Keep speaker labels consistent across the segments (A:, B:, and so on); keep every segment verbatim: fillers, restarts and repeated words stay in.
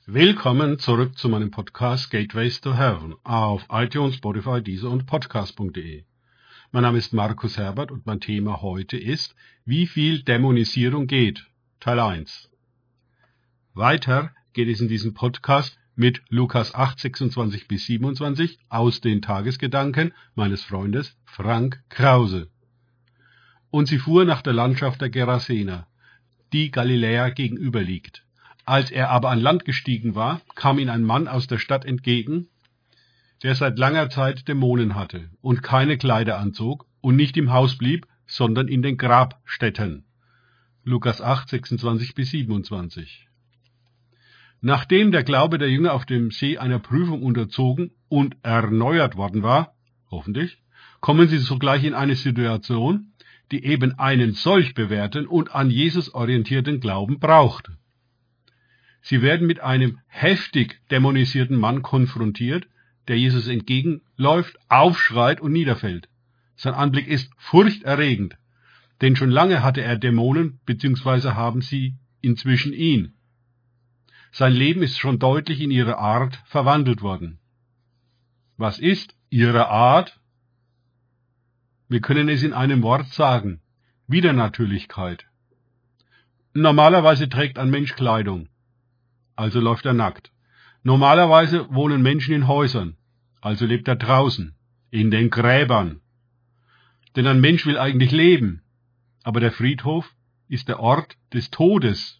A: Willkommen zurück zu meinem Podcast Gateways to Heaven auf iTunes, Spotify, Deezer und Podcast punkt de. Mein Name ist Markus Herbert und mein Thema heute ist, wie viel Dämonisierung geht, Teil eins. Weiter geht es in diesem Podcast mit Lukas acht, sechsundzwanzig bis siebenundzwanzig aus den Tagesgedanken meines Freundes Frank Krause. Und sie fuhr nach der Landschaft der Gerasener, die Galiläa gegenüber liegt. Als er aber an Land gestiegen war, kam ihm ein Mann aus der Stadt entgegen, der seit langer Zeit Dämonen hatte und keine Kleider anzog und nicht im Haus blieb, sondern in den Grabstätten. Lukas acht, sechsundzwanzig bis siebenundzwanzig. Nachdem der Glaube der Jünger auf dem See einer Prüfung unterzogen und erneuert worden war, hoffentlich, kommen sie sogleich in eine Situation, die eben einen solch bewährten und an Jesus orientierten Glauben braucht. Sie werden mit einem heftig dämonisierten Mann konfrontiert, der Jesus entgegenläuft, aufschreit und niederfällt. Sein Anblick ist furchterregend, denn schon lange hatte er Dämonen, beziehungsweise haben sie inzwischen ihn. Sein Leben ist schon deutlich in ihrer Art verwandelt worden. Was ist ihre Art? Wir können es in einem Wort sagen: Widernatürlichkeit. Normalerweise trägt ein Mensch Kleidung. Also läuft er nackt. Normalerweise wohnen Menschen in Häusern, also lebt er draußen, in den Gräbern. Denn ein Mensch will eigentlich leben, aber der Friedhof ist der Ort des Todes.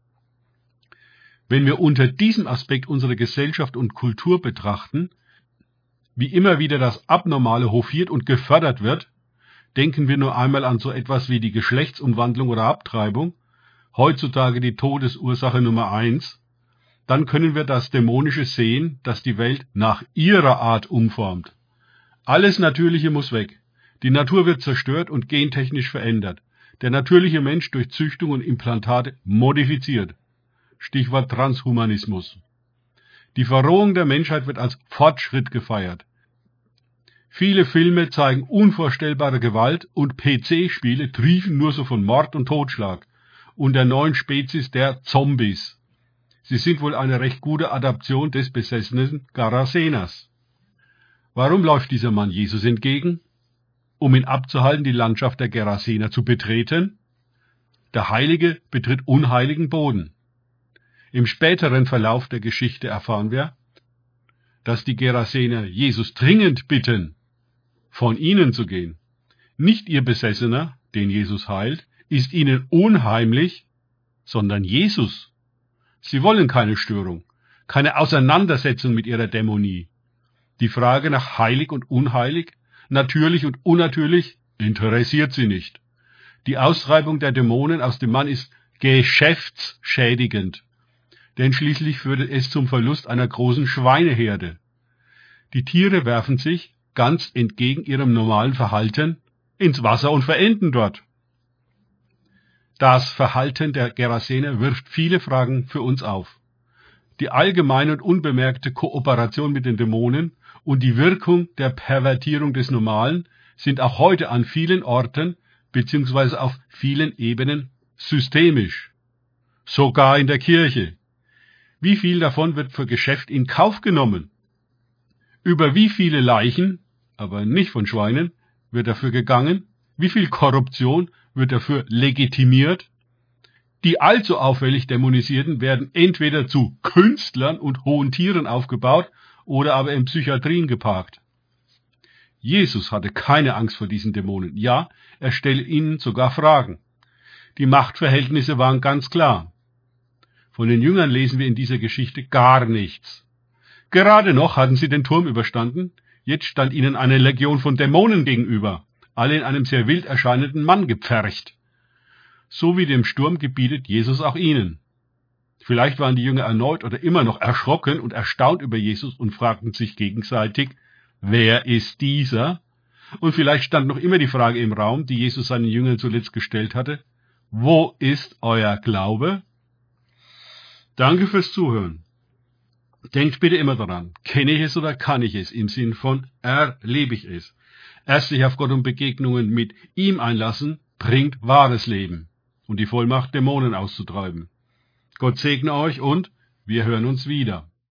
A: Wenn wir unter diesem Aspekt unsere Gesellschaft und Kultur betrachten, wie immer wieder das Abnormale hofiert und gefördert wird, denken wir nur einmal an so etwas wie die Geschlechtsumwandlung oder Abtreibung, heutzutage die Todesursache Nummer eins, dann können wir das Dämonische sehen, das die Welt nach ihrer Art umformt. Alles Natürliche muss weg. Die Natur wird zerstört und gentechnisch verändert. Der natürliche Mensch durch Züchtung und Implantate modifiziert. Stichwort Transhumanismus. Die Verrohung der Menschheit wird als Fortschritt gefeiert. Viele Filme zeigen unvorstellbare Gewalt und P C-Spiele triefen nur so von Mord und Totschlag und der neuen Spezies der Zombies. Sie sind wohl eine recht gute Adaption des besessenen Geraseners. Warum läuft dieser Mann Jesus entgegen? Um ihn abzuhalten, die Landschaft der Gerasener zu betreten? Der Heilige betritt unheiligen Boden. Im späteren Verlauf der Geschichte erfahren wir, dass die Gerasener Jesus dringend bitten, von ihnen zu gehen. Nicht ihr Besessener, den Jesus heilt, ist ihnen unheimlich, sondern Jesus. Sie wollen keine Störung, keine Auseinandersetzung mit ihrer Dämonie. Die Frage nach heilig und unheilig, natürlich und unnatürlich, interessiert sie nicht. Die Austreibung der Dämonen aus dem Mann ist geschäftsschädigend, denn schließlich führt es zum Verlust einer großen Schweineherde. Die Tiere werfen sich, ganz entgegen ihrem normalen Verhalten, ins Wasser und verenden dort. Das Verhalten der Gerasener wirft viele Fragen für uns auf. Die allgemeine und unbemerkte Kooperation mit den Dämonen und die Wirkung der Pervertierung des Normalen sind auch heute an vielen Orten bzw. auf vielen Ebenen systemisch. Sogar in der Kirche. Wie viel davon wird für Geschäft in Kauf genommen? Über wie viele Leichen, aber nicht von Schweinen, wird dafür gegangen? Wie viel Korruption wird dafür legitimiert? Die allzu auffällig Dämonisierten werden entweder zu Künstlern und hohen Tieren aufgebaut oder aber in Psychiatrien geparkt. Jesus hatte keine Angst vor diesen Dämonen. Ja, er stellt ihnen sogar Fragen. Die Machtverhältnisse waren ganz klar. Von den Jüngern lesen wir in dieser Geschichte gar nichts. Gerade noch hatten sie den Turm überstanden, jetzt stand ihnen eine Legion von Dämonen gegenüber, alle in einem sehr wild erscheinenden Mann gepfercht. So wie dem Sturm gebietet Jesus auch ihnen. Vielleicht waren die Jünger erneut oder immer noch erschrocken und erstaunt über Jesus und fragten sich gegenseitig, wer ist dieser? Und vielleicht stand noch immer die Frage im Raum, die Jesus seinen Jüngern zuletzt gestellt hatte, wo ist euer Glaube? Danke fürs Zuhören. Denkt bitte immer daran, kenne ich es oder kann ich es, im Sinn von erlebe ich es. Erst sich auf Gott und Begegnungen mit ihm einlassen, bringt wahres Leben und die Vollmacht, Dämonen auszutreiben. Gott segne euch und Wir hören uns wieder.